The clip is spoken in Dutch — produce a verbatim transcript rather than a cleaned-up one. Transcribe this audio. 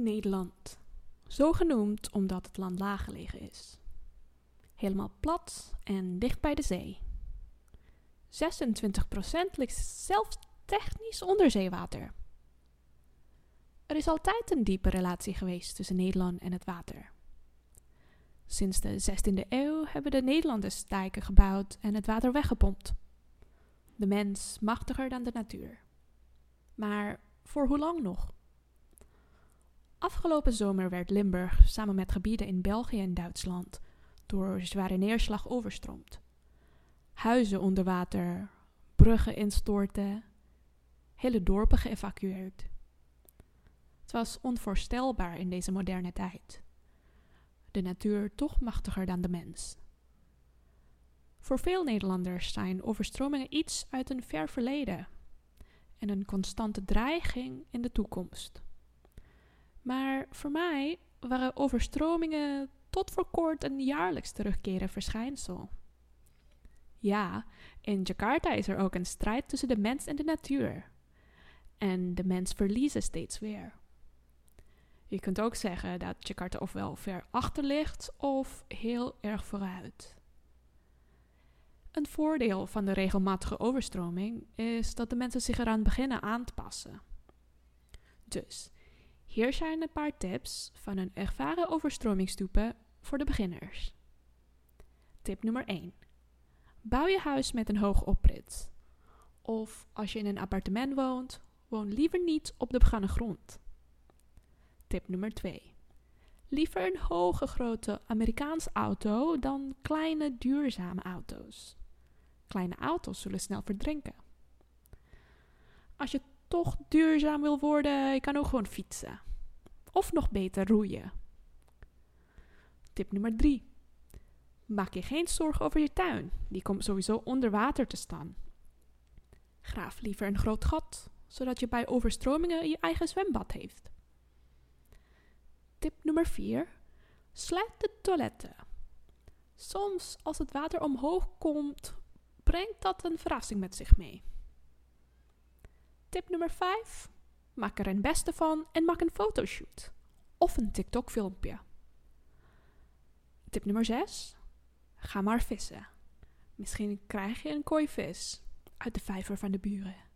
Nederland. Zo genoemd omdat het land laag gelegen is. Helemaal plat en dicht bij de zee. zesentwintig procent ligt zelfs technisch onder zeewater. Er is altijd een diepe relatie geweest tussen Nederland en het water. Sinds de zestiende eeuw hebben de Nederlanders dijken gebouwd en het water weggepompt. De mens machtiger dan de natuur. Maar voor hoe lang nog? Afgelopen zomer werd Limburg samen met gebieden in België en Duitsland door zware neerslag overstroomd. Huizen onder water, bruggen instorten, hele dorpen geëvacueerd. Het was onvoorstelbaar in deze moderne tijd. De natuur toch machtiger dan de mens. Voor veel Nederlanders zijn overstromingen iets uit een ver verleden en een constante dreiging in de toekomst. Maar voor mij waren overstromingen tot voor kort een jaarlijks terugkerend verschijnsel. Ja, in Jakarta is er ook een strijd tussen de mens en de natuur. En de mens verliezen steeds weer. Je kunt ook zeggen dat Jakarta ofwel ver achter ligt of heel erg vooruit. Een voordeel van de regelmatige overstroming is dat de mensen zich eraan beginnen aan te passen. Dus, hier zijn een paar tips van een ervaren overstromingstype voor de beginners. Tip nummer één. Bouw je huis met een hoge oprit. Of als je in een appartement woont, woon liever niet op de begannen grond. Tip nummer twee. Liever een hoge grote Amerikaanse auto dan kleine duurzame auto's. Kleine auto's zullen snel verdrinken. Als je toch duurzaam wil worden, je kan ook gewoon fietsen. Of nog beter roeien. Tip nummer drie. Maak je geen zorgen over je tuin. Die komt sowieso onder water te staan. Graaf liever een groot gat, zodat je bij overstromingen je eigen zwembad heeft. Tip nummer vier. Sluit de toiletten. Soms als het water omhoog komt, brengt dat een verrassing met zich mee. Tip nummer vijf. Maak er een beste van en maak een fotoshoot. Of een TikTok filmpje. Tip nummer zes. Ga maar vissen. Misschien krijg je een kooi vis uit de vijver van de buren.